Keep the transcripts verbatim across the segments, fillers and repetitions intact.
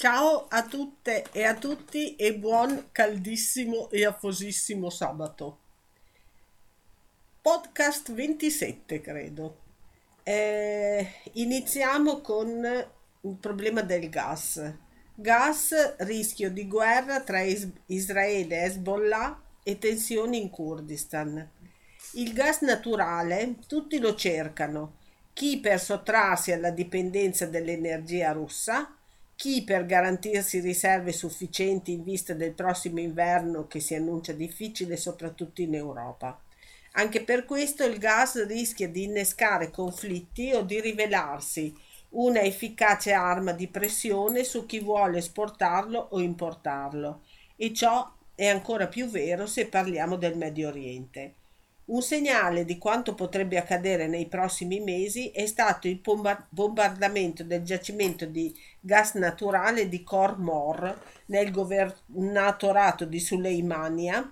Ciao a tutte e a tutti e buon caldissimo e affosissimo sabato. Podcast ventisette, credo. Eh, iniziamo con il problema del gas. Gas, rischio di guerra tra Is- Israele e Hezbollah e tensioni in Kurdistan. Il gas naturale, tutti lo cercano, chi per sottrarsi alla dipendenza dell'energia russa, chi per garantirsi riserve sufficienti in vista del prossimo inverno che si annuncia difficile soprattutto in Europa. Anche per questo il gas rischia di innescare conflitti o di rivelarsi una efficace arma di pressione su chi vuole esportarlo o importarlo. E ciò è ancora più vero se parliamo del Medio Oriente. Un segnale di quanto potrebbe accadere nei prossimi mesi è stato il bomba- bombardamento del giacimento di gas naturale di Khor Mor nel governatorato di Suleimania,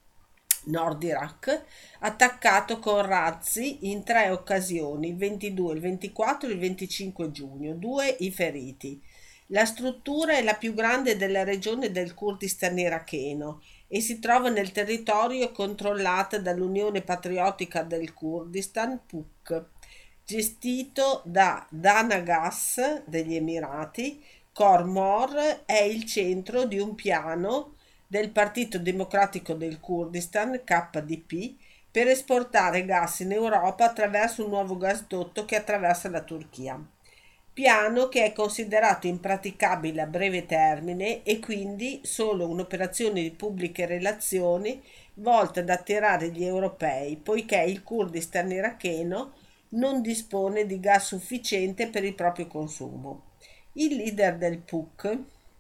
Nord Iraq, attaccato con razzi in tre occasioni, il ventidue, il ventiquattro e il venticinque giugno, due i feriti. La struttura è la più grande della regione del Kurdistan iracheno e si trova nel territorio controllato dall'Unione Patriottica del Kurdistan, P U K, gestito da Dana Gas degli Emirati. Khor Mor è il centro di un piano del Partito Democratico del Kurdistan, K D P, per esportare gas in Europa attraverso un nuovo gasdotto che attraversa la Turchia. Piano che è considerato impraticabile a breve termine e quindi solo un'operazione di pubbliche relazioni volta ad attirare gli europei, poiché il Kurdistan iracheno non dispone di gas sufficiente per il proprio consumo. Il leader del P U K,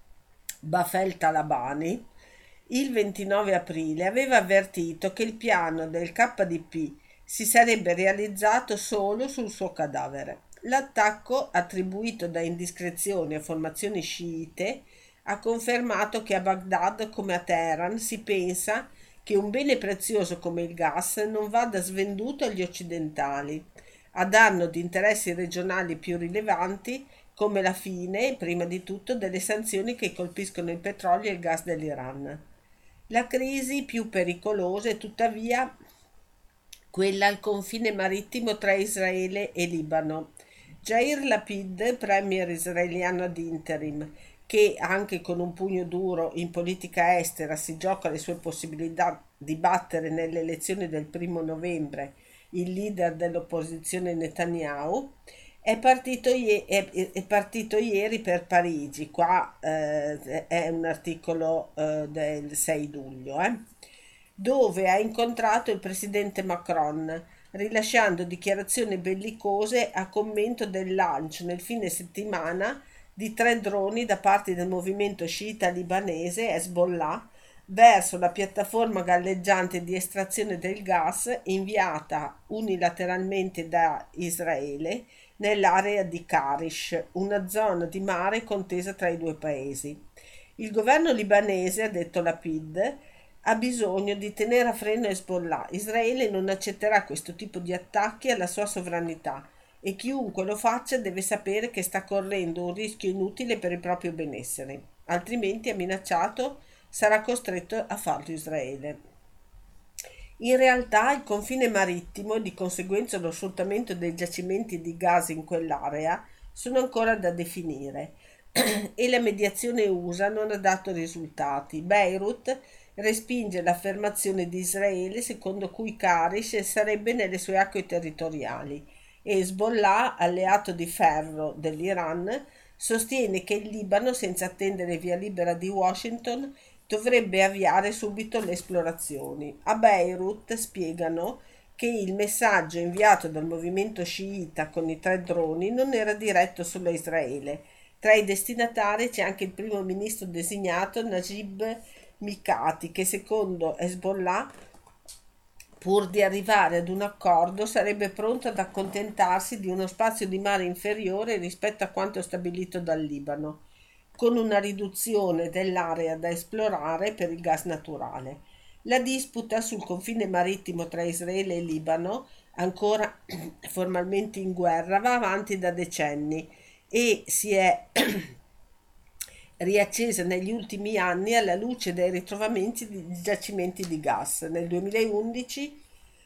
Bafel Talabani, il ventinove aprile aveva avvertito che il piano del K D P si sarebbe realizzato solo sul suo cadavere. L'attacco, attribuito da indiscrezioni a formazioni sciite, ha confermato che a Baghdad come a Teheran si pensa che un bene prezioso come il gas non vada svenduto agli occidentali, a danno di interessi regionali più rilevanti come la fine, prima di tutto, delle sanzioni che colpiscono il petrolio e il gas dell'Iran. La crisi più pericolosa è tuttavia quella al confine marittimo tra Israele e Libano. Jair Lapid, premier israeliano ad interim, che anche con un pugno duro in politica estera si gioca le sue possibilità di battere nelle elezioni del primo novembre il leader dell'opposizione Netanyahu, è partito, ie- è- è partito ieri per Parigi. Qua eh, è un articolo eh, del sei luglio, eh, dove ha incontrato il presidente Macron, rilasciando dichiarazioni bellicose a commento del lancio nel fine settimana di tre droni da parte del movimento sciita libanese Hezbollah verso la piattaforma galleggiante di estrazione del gas inviata unilateralmente da Israele nell'area di Karish, una zona di mare contesa tra i due paesi. Il governo libanese, ha detto Lapid, ha bisogno di tenere a freno Hezbollah. Israele non accetterà questo tipo di attacchi alla sua sovranità e chiunque lo faccia deve sapere che sta correndo un rischio inutile per il proprio benessere, altrimenti, ha minacciato, sarà costretto a farlo Israele. In realtà il confine marittimo e di conseguenza lo sfruttamento dei giacimenti di gas in quell'area sono ancora da definire e la mediazione U S A non ha dato risultati. Beirut respinge l'affermazione di Israele secondo cui Karish sarebbe nelle sue acque territoriali e Hezbollah, alleato di ferro dell'Iran, sostiene che il Libano, senza attendere via libera di Washington, dovrebbe avviare subito le esplorazioni. A Beirut spiegano che il messaggio inviato dal movimento sciita con i tre droni non era diretto solo a Israele. Tra i destinatari c'è anche il primo ministro designato Najib Mikati, che secondo Hezbollah, pur di arrivare ad un accordo, sarebbe pronto ad accontentarsi di uno spazio di mare inferiore rispetto a quanto stabilito dal Libano, con una riduzione dell'area da esplorare per il gas naturale. La disputa sul confine marittimo tra Israele e Libano, ancora formalmente in guerra, va avanti da decenni e si è riaccesa negli ultimi anni alla luce dei ritrovamenti di giacimenti di gas. Nel duemilaundici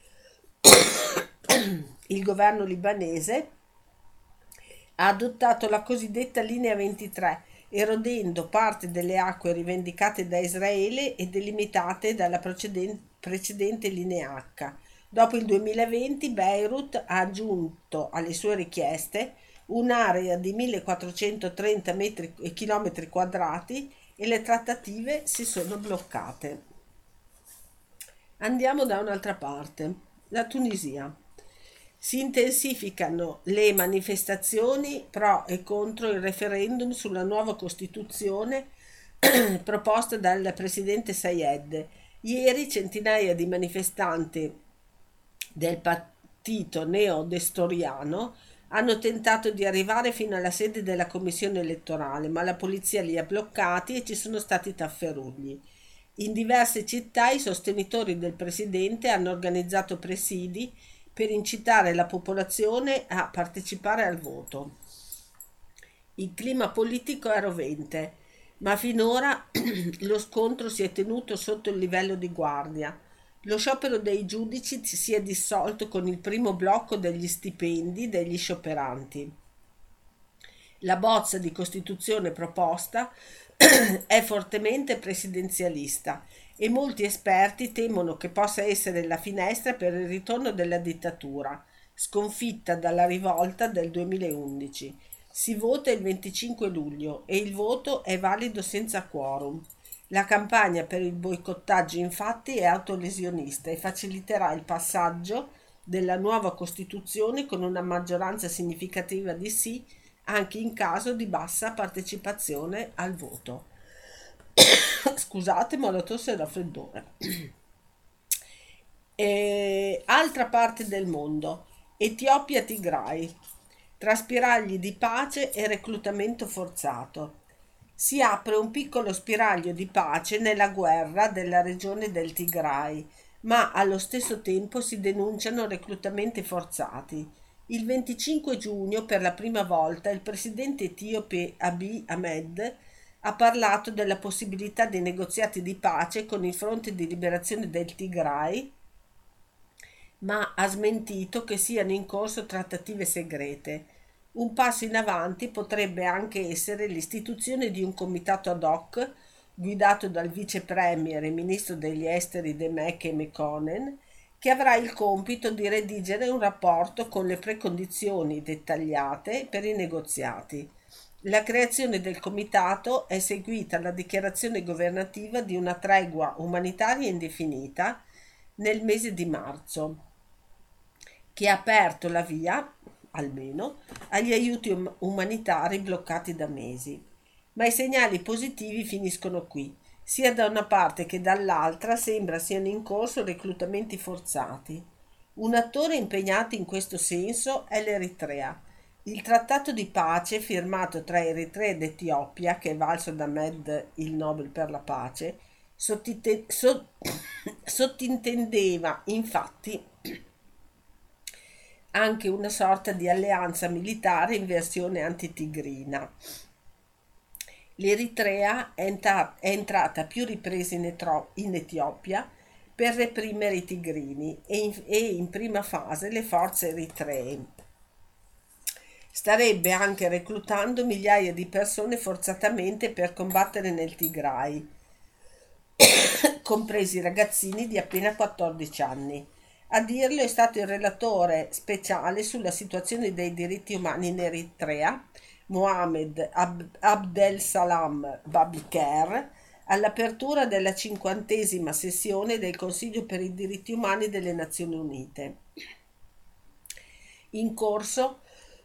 il governo libanese ha adottato la cosiddetta linea ventitré, erodendo parte delle acque rivendicate da Israele e delimitate dalla preceden- precedente linea H. Dopo il duemilaventi Beirut ha aggiunto alle sue richieste un'area di millequattrocentotrenta metri, chilometri quadrati e le trattative si sono bloccate. Andiamo da un'altra parte, la Tunisia. Si intensificano le manifestazioni pro e contro il referendum sulla nuova Costituzione proposta dal presidente Sayed. Ieri centinaia di manifestanti del partito neodestoriano hanno tentato di arrivare fino alla sede della commissione elettorale, ma la polizia li ha bloccati e ci sono stati tafferugli. In diverse città i sostenitori del presidente hanno organizzato presidi per incitare la popolazione a partecipare al voto. Il clima politico è rovente, ma finora lo scontro si è tenuto sotto il livello di guardia. Lo sciopero dei giudici si è dissolto con il primo blocco degli stipendi degli scioperanti. La bozza di Costituzione proposta è fortemente presidenzialista e molti esperti temono che possa essere la finestra per il ritorno della dittatura, sconfitta dalla rivolta del duemilaundici. Si vota il venticinque luglio e il voto è valido senza quorum. La campagna per il boicottaggio infatti è autolesionista e faciliterà il passaggio della nuova Costituzione con una maggioranza significativa di sì anche in caso di bassa partecipazione al voto. Scusate, ma la tosse e il raffreddore. E altra parte del mondo, Etiopia Tigray, tra spiragli di pace e reclutamento forzato. Si apre un piccolo spiraglio di pace nella guerra della regione del Tigray, ma allo stesso tempo si denunciano reclutamenti forzati. Il venticinque giugno, per la prima volta, il presidente etiope Abiy Ahmed ha parlato della possibilità di negoziati di pace con il Fronte di Liberazione del Tigray, ma ha smentito che siano in corso trattative segrete. Un passo in avanti potrebbe anche essere l'istituzione di un comitato ad hoc guidato dal vice premier e ministro degli esteri Demeke Mekonnen, che avrà il compito di redigere un rapporto con le precondizioni dettagliate per i negoziati. La creazione del comitato è seguita alla dichiarazione governativa di una tregua umanitaria indefinita nel mese di marzo, che ha aperto la via, almeno, agli aiuti um- umanitari bloccati da mesi. Ma i segnali positivi finiscono qui. Sia da una parte che dall'altra sembra siano in corso reclutamenti forzati. Un attore impegnato in questo senso è l'Eritrea. Il trattato di pace firmato tra Eritrea ed Etiopia, che è valso da Ahmed il Nobel per la pace, sottite- so- sottintendeva infatti anche una sorta di alleanza militare in versione antitigrina. L'Eritrea è, entra- è entrata a più riprese in, Etro- in Etiopia per reprimere i tigrini e in, e in prima fase le forze eritree. Starebbe anche reclutando migliaia di persone forzatamente per combattere nel Tigray, compresi ragazzini di appena quattordici anni. A dirlo è stato il relatore speciale sulla situazione dei diritti umani in Eritrea, Mohamed Ab- Abdel Salam Babiker, all'apertura della cinquantesima sessione del Consiglio per i diritti umani delle Nazioni Unite, in corso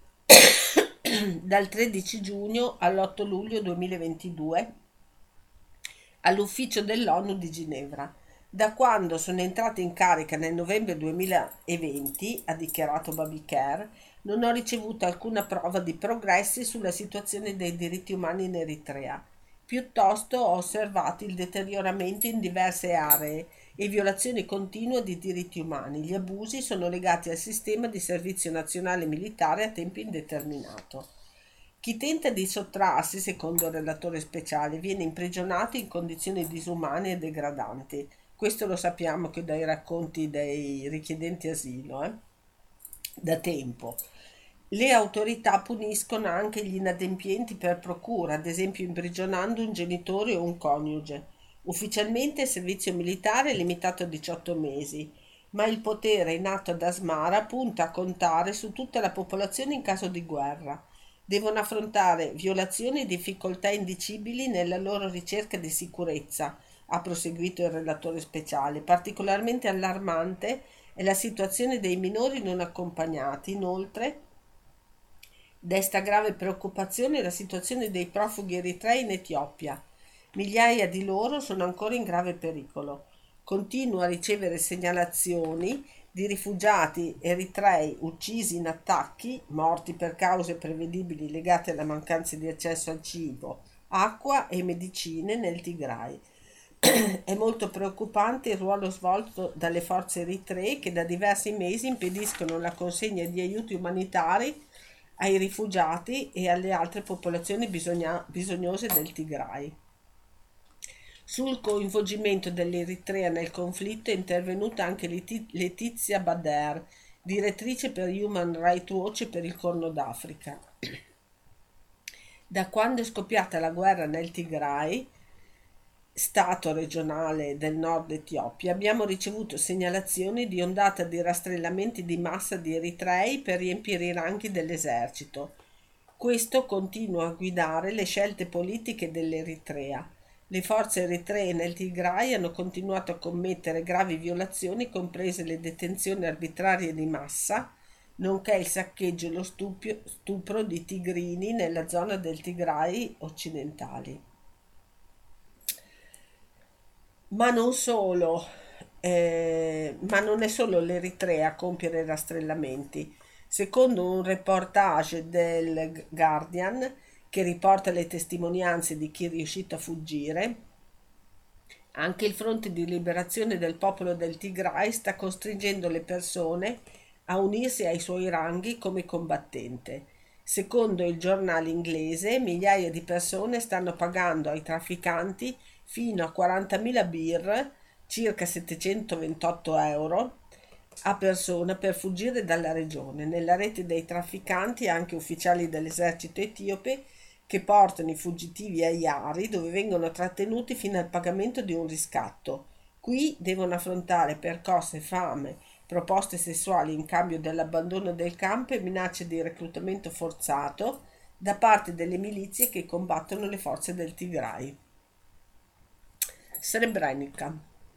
dal tredici giugno all'otto luglio duemilaventidue all'ufficio dell'ONU di Ginevra. Da quando sono entrata in carica nel novembre duemilaventi, ha dichiarato Babiker, non ho ricevuto alcuna prova di progressi sulla situazione dei diritti umani in Eritrea. Piuttosto ho osservato il deterioramento in diverse aree e violazioni continue di diritti umani. Gli abusi sono legati al sistema di servizio nazionale militare a tempo indeterminato. Chi tenta di sottrarsi, secondo il relatore speciale, viene imprigionato in condizioni disumane e degradanti. Questo lo sappiamo che dai racconti dei richiedenti asilo, eh? Da tempo. Le autorità puniscono anche gli inadempienti per procura, ad esempio imprigionando un genitore o un coniuge. Ufficialmente il servizio militare è limitato a diciotto mesi, ma il potere in atto ad Asmara punta a contare su tutta la popolazione in caso di guerra. Devono affrontare violazioni e difficoltà indicibili nella loro ricerca di sicurezza, ha proseguito il relatore speciale. Particolarmente allarmante è la situazione dei minori non accompagnati. Inoltre, desta grave preoccupazione la situazione dei profughi eritrei in Etiopia. Migliaia di loro sono ancora in grave pericolo. Continua a ricevere segnalazioni di rifugiati eritrei uccisi in attacchi, morti per cause prevedibili legate alla mancanza di accesso al cibo, acqua e medicine nel Tigray. È molto preoccupante il ruolo svolto dalle forze eritree che da diversi mesi impediscono la consegna di aiuti umanitari ai rifugiati e alle altre popolazioni bisogna- bisognose del Tigray. Sul coinvolgimento dell'Eritrea nel conflitto è intervenuta anche Leti- Letizia Bader, direttrice per Human Rights Watch e per il Corno d'Africa. Da quando è scoppiata la guerra nel Tigray, stato regionale del nord Etiopia, abbiamo ricevuto segnalazioni di ondata di rastrellamenti di massa di eritrei per riempire i ranghi dell'esercito. Questo continua a guidare le scelte politiche dell'Eritrea. Le forze eritree nel Tigray hanno continuato a commettere gravi violazioni, comprese le detenzioni arbitrarie di massa, nonché il saccheggio e lo stupio- stupro di tigrini nella zona del Tigray occidentali. Ma non solo, eh, ma non è solo l'Eritrea a compiere rastrellamenti. Secondo un reportage del Guardian, che riporta le testimonianze di chi è riuscito a fuggire, anche il Fronte di Liberazione del Popolo del Tigray sta costringendo le persone a unirsi ai suoi ranghi come combattente. Secondo il giornale inglese, migliaia di persone stanno pagando ai trafficanti fino a quarantamila birr, circa settecentoventotto euro, a persona per fuggire dalla regione. Nella rete dei trafficanti anche ufficiali dell'esercito etiope che portano i fuggitivi a Iari, dove vengono trattenuti fino al pagamento di un riscatto. Qui devono affrontare percosse, fame, proposte sessuali in cambio dell'abbandono del campo e minacce di reclutamento forzato da parte delle milizie che combattono le forze del Tigray. Srebrenica.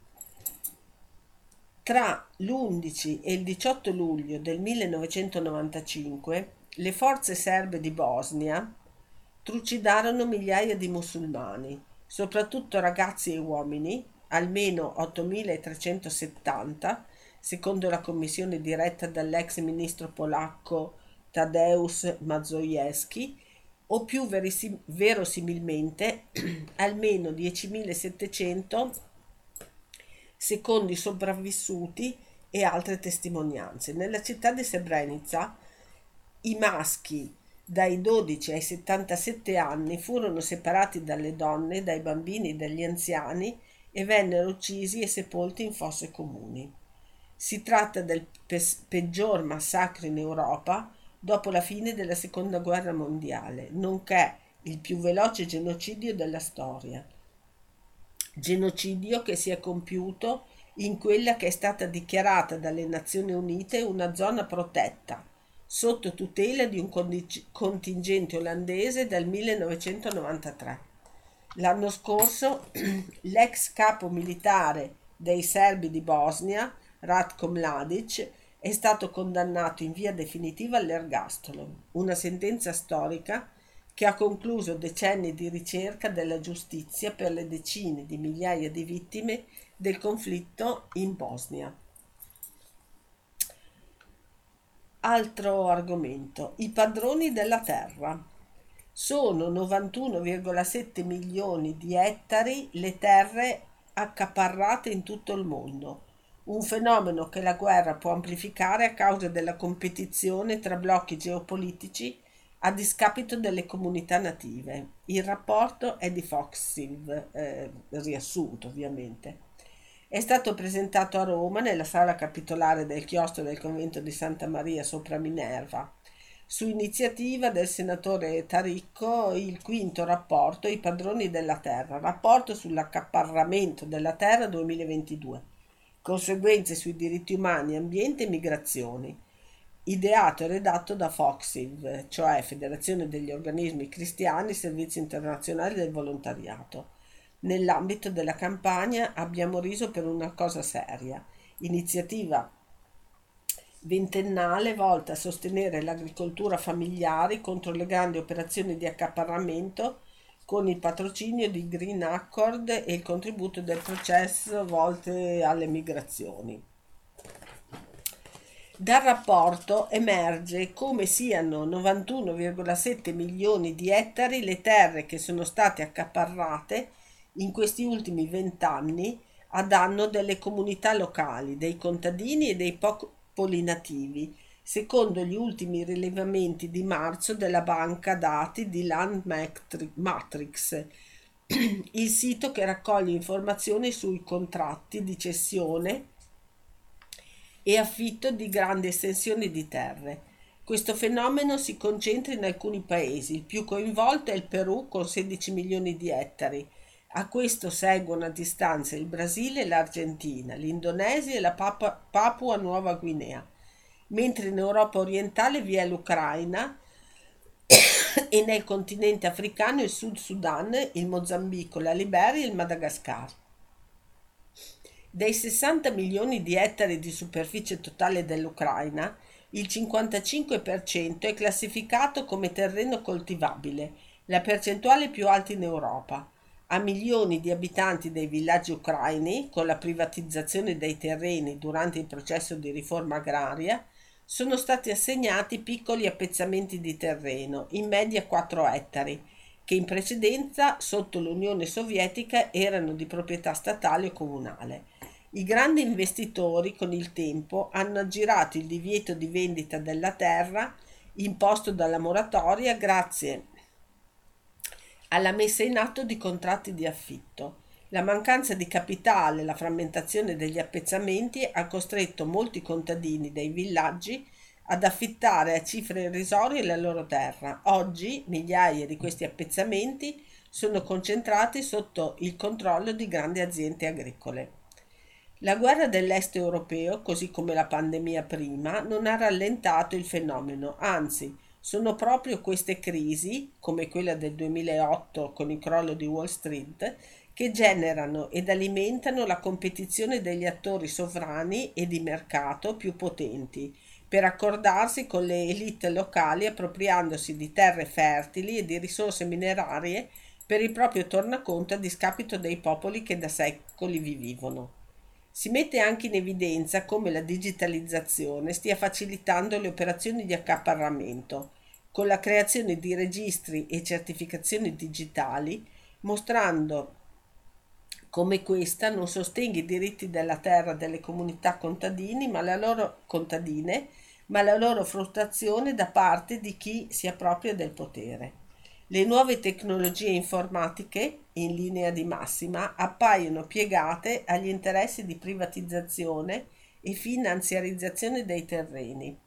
Tra l'undici e il diciotto luglio del millenovecentonovantacinque le forze serbe di Bosnia trucidarono migliaia di musulmani, soprattutto ragazzi e uomini, almeno ottomilatrecentosettanta, secondo la commissione diretta dall'ex ministro polacco Tadeusz Mazowiecki, o più verisim- verosimilmente almeno diecimilasettecento secondo i sopravvissuti e altre testimonianze. Nella città di Srebrenica i maschi dai dodici ai settantasette anni furono separati dalle donne, dai bambini e dagli anziani e vennero uccisi e sepolti in fosse comuni. Si tratta del pe- peggior massacro in Europa dopo la fine della Seconda Guerra Mondiale, nonché il più veloce genocidio della storia. Genocidio che si è compiuto in quella che è stata dichiarata dalle Nazioni Unite una zona protetta, sotto tutela di un contingente olandese dal millenovecentonovantatré. L'anno scorso l'ex capo militare dei serbi di Bosnia, Ratko Mladic, è stato condannato in via definitiva all'ergastolo, una sentenza storica che ha concluso decenni di ricerca della giustizia per le decine di migliaia di vittime del conflitto in Bosnia. Altro argomento, i padroni della terra. Sono novantuno virgola sette milioni di ettari le terre accaparrate in tutto il mondo, un fenomeno che la guerra può amplificare a causa della competizione tra blocchi geopolitici a discapito delle comunità native. Il rapporto è di Foxiv, eh, riassunto ovviamente. È stato presentato a Roma nella sala capitolare del chiostro del convento di Santa Maria sopra Minerva. Su iniziativa del senatore Taricco, il quinto rapporto I padroni della terra, rapporto sull'accaparramento della terra duemilaventidue, conseguenze sui diritti umani, ambiente e migrazioni, ideato e redatto da Foxiv, cioè Federazione degli Organismi Cristiani Servizi Internazionali del Volontariato. Nell'ambito della campagna Abbiamo riso per una cosa seria, iniziativa ventennale volta a sostenere l'agricoltura familiare contro le grandi operazioni di accaparramento con il patrocinio di Green Accord e il contributo del processo volte alle migrazioni. Dal rapporto emerge come siano novantuno virgola sette milioni di ettari le terre che sono state accaparrate in questi ultimi vent'anni a danno delle comunità locali, dei contadini e dei popoli nativi, secondo gli ultimi rilevamenti di marzo della banca dati di Land Matrix, il sito che raccoglie informazioni sui contratti di cessione e affitto di grandi estensioni di terre. Questo fenomeno si concentra in alcuni paesi, il più coinvolto è il Perù con sedici milioni di ettari. A questo seguono a distanza il Brasile e l'Argentina, l'Indonesia e la Papua, Papua Nuova Guinea, mentre in Europa orientale vi è l'Ucraina e nel continente africano il Sud Sudan, il Mozambico, la Liberia e il Madagascar. Dei sessanta milioni di ettari di superficie totale dell'Ucraina, il cinquantacinque per cento è classificato come terreno coltivabile, la percentuale più alta in Europa. A milioni di abitanti dei villaggi ucraini, con la privatizzazione dei terreni durante il processo di riforma agraria, sono stati assegnati piccoli appezzamenti di terreno, in media quattro ettari, che in precedenza, sotto l'Unione Sovietica, erano di proprietà statale o comunale. I grandi investitori, con il tempo, hanno aggirato il divieto di vendita della terra imposto dalla moratoria grazie alla messa in atto di contratti di affitto. La mancanza di capitale e la frammentazione degli appezzamenti ha costretto molti contadini dei villaggi ad affittare a cifre irrisorie la loro terra. Oggi migliaia di questi appezzamenti sono concentrati sotto il controllo di grandi aziende agricole. La guerra dell'est europeo, così come la pandemia prima, non ha rallentato il fenomeno, anzi, sono proprio queste crisi, come quella del duemilaotto con il crollo di Wall Street, che generano ed alimentano la competizione degli attori sovrani e di mercato più potenti, per accordarsi con le elite locali appropriandosi di terre fertili e di risorse minerarie per il proprio tornaconto a discapito dei popoli che da secoli vi vivono. Si mette anche in evidenza come la digitalizzazione stia facilitando le operazioni di accaparramento, con la creazione di registri e certificazioni digitali, mostrando come questa non sostenga i diritti della terra delle comunità contadini, ma la loro contadine, ma la loro fruttazione da parte di chi si appropria del potere. Le nuove tecnologie informatiche, in linea di massima, appaiono piegate agli interessi di privatizzazione e finanziarizzazione dei terreni.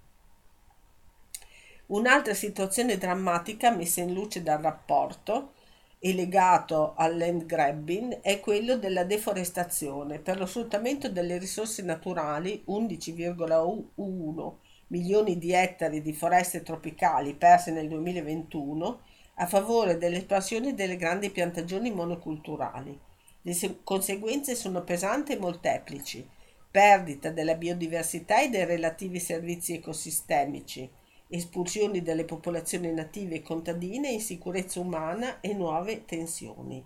Un'altra situazione drammatica messa in luce dal rapporto e legato al land grabbing è quello della deforestazione. Per lo sfruttamento delle risorse naturali, undici virgola uno milioni di ettari di foreste tropicali perse nel duemilaventuno a favore dell'espansione delle grandi piantagioni monoculturali. Le se- conseguenze sono pesanti e molteplici: perdita della biodiversità e dei relativi servizi ecosistemici, espulsioni delle popolazioni native e contadine, insicurezza umana e nuove tensioni.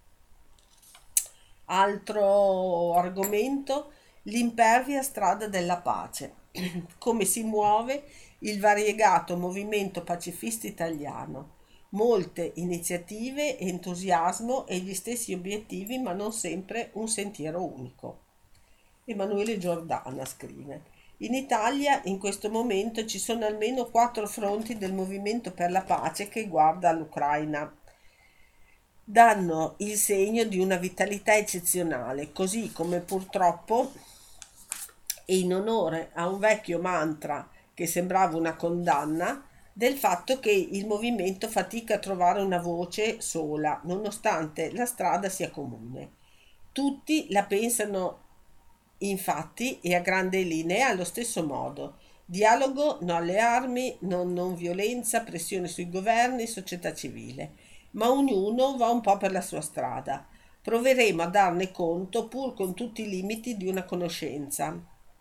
Altro argomento, l'impervia strada della pace. Come si muove il variegato movimento pacifista italiano. Molte iniziative, entusiasmo e gli stessi obiettivi, ma non sempre un sentiero unico. Emanuele Giordana scrive: In Italia in questo momento ci sono almeno quattro fronti del movimento per la pace che guarda all'Ucraina. Danno il segno di una vitalità eccezionale, così come purtroppo, e in onore a un vecchio mantra che sembrava una condanna, del fatto che il movimento fatica a trovare una voce sola, nonostante la strada sia comune. Tutti la pensano infatti e a grandi linee allo stesso modo. Dialogo, no alle armi, non, non violenza, pressione sui governi, società civile. Ma ognuno va un po' per la sua strada. Proveremo a darne conto pur con tutti i limiti di una conoscenza.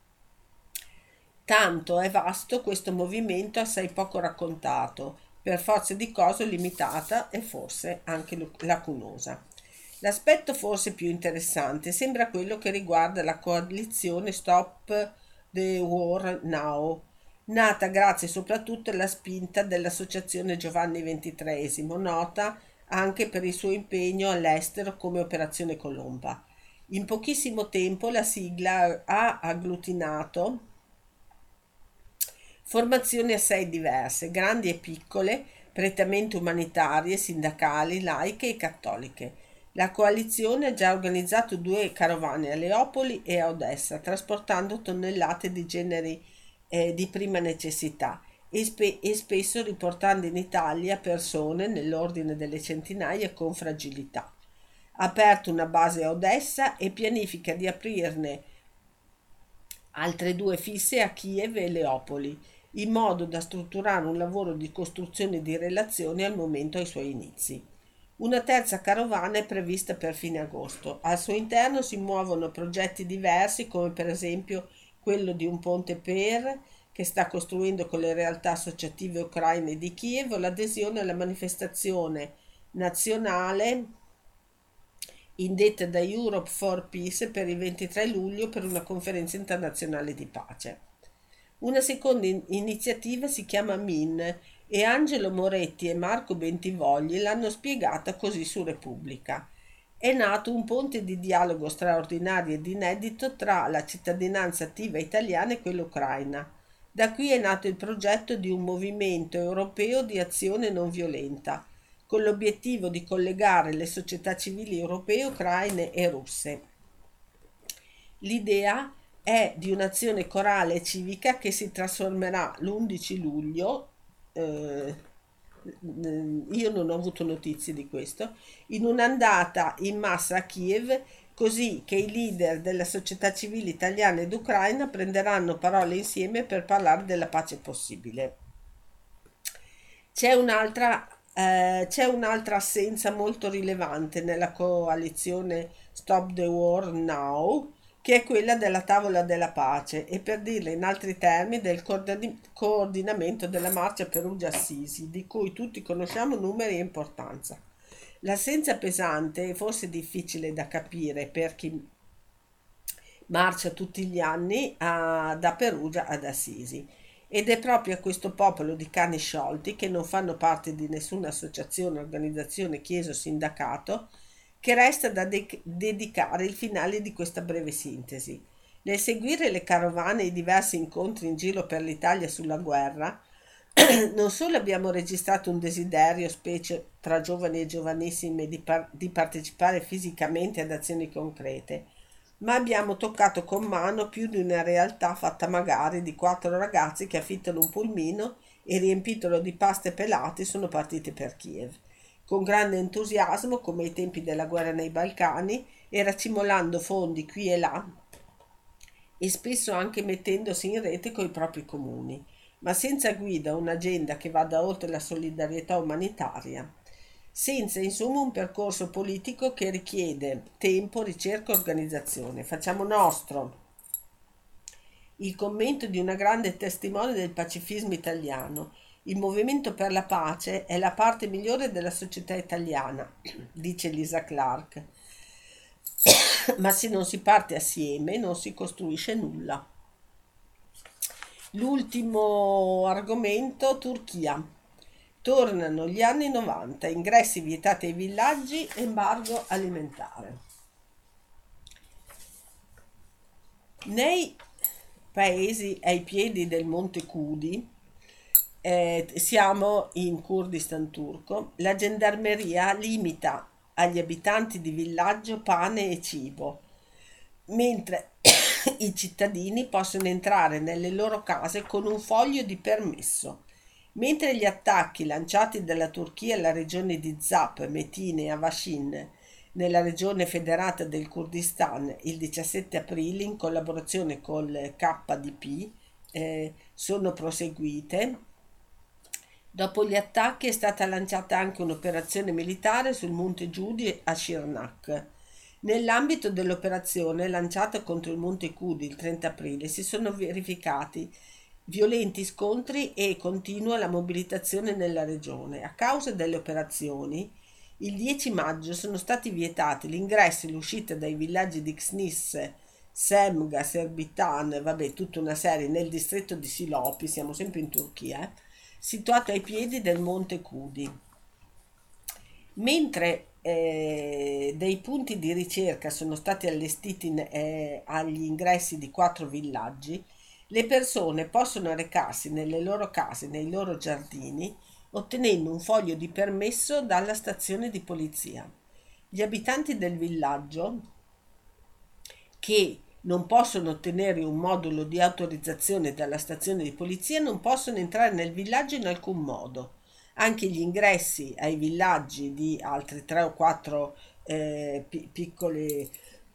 Tanto è vasto questo movimento assai poco raccontato, per forza di cose limitata e forse anche lu- lacunosa. L'aspetto forse più interessante sembra quello che riguarda la coalizione Stop the War Now, nata grazie soprattutto alla spinta dell'Associazione Giovanni ventitreesimo, nota anche per il suo impegno all'estero come Operazione Colomba. In pochissimo tempo la sigla ha agglutinato formazioni assai diverse, grandi e piccole, prettamente umanitarie, sindacali, laiche e cattoliche. La coalizione ha già organizzato due carovane a Leopoli e a Odessa, trasportando tonnellate di generi eh, di prima necessità e, spe- e spesso riportando in Italia persone nell'ordine delle centinaia con fragilità. Ha aperto una base a Odessa e pianifica di aprirne altre due fisse a Kiev e Leopoli, in modo da strutturare un lavoro di costruzione di relazioni al momento ai suoi inizi. Una terza carovana è prevista per fine agosto. Al suo interno si muovono progetti diversi, come per esempio quello di un ponte per che sta costruendo con le realtà associative ucraine di Kiev o l'adesione alla manifestazione nazionale indetta da Europe for Peace per il ventitré luglio per una conferenza internazionale di pace. Una seconda in- iniziativa si chiama Min e Angelo Moretti e Marco Bentivogli l'hanno spiegata così su Repubblica. È nato un ponte di dialogo straordinario ed inedito tra la cittadinanza attiva italiana e quella ucraina. Da qui è nato il progetto di un movimento europeo di azione non violenta, con l'obiettivo di collegare le società civili europee, ucraine e russe. L'idea è di un'azione corale e civica che si trasformerà l'undici luglio, eh, io non ho avuto notizie di questo, in un'andata in massa a Kiev, così che i leader della società civile italiana ed ucraina prenderanno parola insieme per parlare della pace possibile. C'è un'altra, eh, c'è un'altra assenza molto rilevante nella coalizione Stop the War Now, che è quella della tavola della pace e per dirla in altri termini del coordini- coordinamento della marcia Perugia-Assisi, di cui tutti conosciamo numeri e importanza. L'assenza pesante è forse difficile da capire per chi marcia tutti gli anni a- da Perugia ad Assisi. Ed è proprio a questo popolo di cani sciolti, che non fanno parte di nessuna associazione, organizzazione, chiesa o sindacato, che resta da de- dedicare il finale di questa breve sintesi. Nel seguire le carovane e i diversi incontri in giro per l'Italia sulla guerra, non solo abbiamo registrato un desiderio, specie tra giovani e giovanissime, di, par- di partecipare fisicamente ad azioni concrete, ma abbiamo toccato con mano più di una realtà fatta magari di quattro ragazzi che affittano un pulmino e riempitolo di pasta e pelati sono partiti per Kiev, con grande entusiasmo come ai tempi della guerra nei Balcani e racimolando fondi qui e là e spesso anche mettendosi in rete coi propri comuni, ma senza guida o un'agenda che vada oltre la solidarietà umanitaria, senza insomma un percorso politico che richiede tempo, ricerca e organizzazione. Facciamo nostro il commento di una grande testimone del pacifismo italiano. Il movimento per la pace è la parte migliore della società italiana, dice Lisa Clark, ma se non si parte assieme non si costruisce nulla. L'ultimo argomento, Turchia. Tornano gli anni novanta, ingressi vietati ai villaggi, embargo alimentare. Nei paesi ai piedi del Monte Kudi. Eh, siamo in Kurdistan turco. La gendarmeria limita agli abitanti di villaggio pane e cibo, mentre i cittadini possono entrare nelle loro case con un foglio di permesso. Mentre gli attacchi lanciati dalla Turchia alla regione di Zap, Metine e Avashin, nella regione federata del Kurdistan, il diciassette aprile, in collaborazione col K D P, eh, sono proseguite. Dopo gli attacchi è stata lanciata anche un'operazione militare sul Monte Giudi a Shirnak. Nell'ambito dell'operazione lanciata contro il Monte Kudi il trenta aprile si sono verificati violenti scontri e continua la mobilitazione nella regione. A causa delle operazioni, il dieci maggio sono stati vietati l'ingresso e l'uscita dai villaggi di Xnis, Semga, Serbitan, vabbè, tutta una serie nel distretto di Silopi, siamo sempre in Turchia, eh, situato ai piedi del Monte Kudi. Mentre eh, dei punti di ricerca sono stati allestiti in- eh, agli ingressi di quattro villaggi, le persone possono recarsi nelle loro case, nei loro giardini, ottenendo un foglio di permesso dalla stazione di polizia. Gli abitanti del villaggio che non possono ottenere un modulo di autorizzazione dalla stazione di polizia non possono entrare nel villaggio in alcun modo. Anche gli ingressi ai villaggi di altri tre o quattro eh, pi- piccole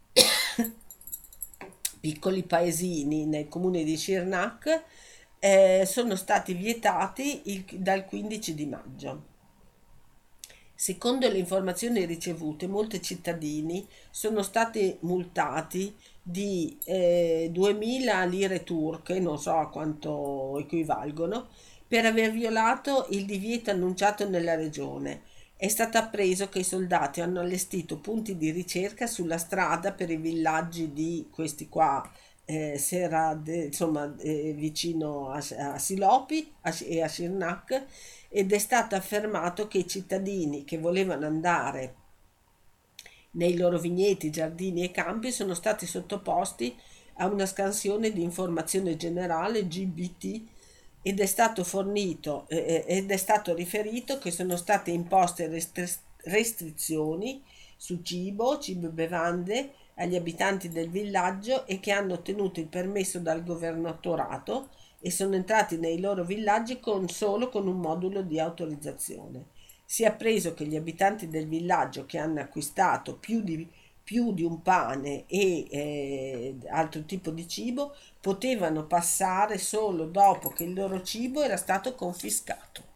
piccoli paesini nel comune di Shirnak eh, sono stati vietati il- dal quindici di maggio. Secondo le informazioni ricevute, molti cittadini sono stati multati di eh, duemila lire turche, non so a quanto equivalgono, per aver violato il divieto annunciato nella regione. È stato appreso che i soldati hanno allestito punti di ricerca sulla strada per i villaggi di questi qua, eh, Sera, de- insomma, eh, vicino a, a Silopi a- e a Shirnak, ed è stato affermato che i cittadini che volevano andare nei loro vigneti, giardini e campi sono stati sottoposti a una scansione di informazione generale G B T ed è stato fornito eh, eh, ed è stato riferito che sono state imposte restri- restrizioni su cibo, cibo e bevande agli abitanti del villaggio e che hanno ottenuto il permesso dal governatorato e sono entrati nei loro villaggi con, solo con un modulo di autorizzazione. Si è appreso che gli abitanti del villaggio che hanno acquistato più di, più di un pane e eh, altro tipo di cibo potevano passare solo dopo che il loro cibo era stato confiscato.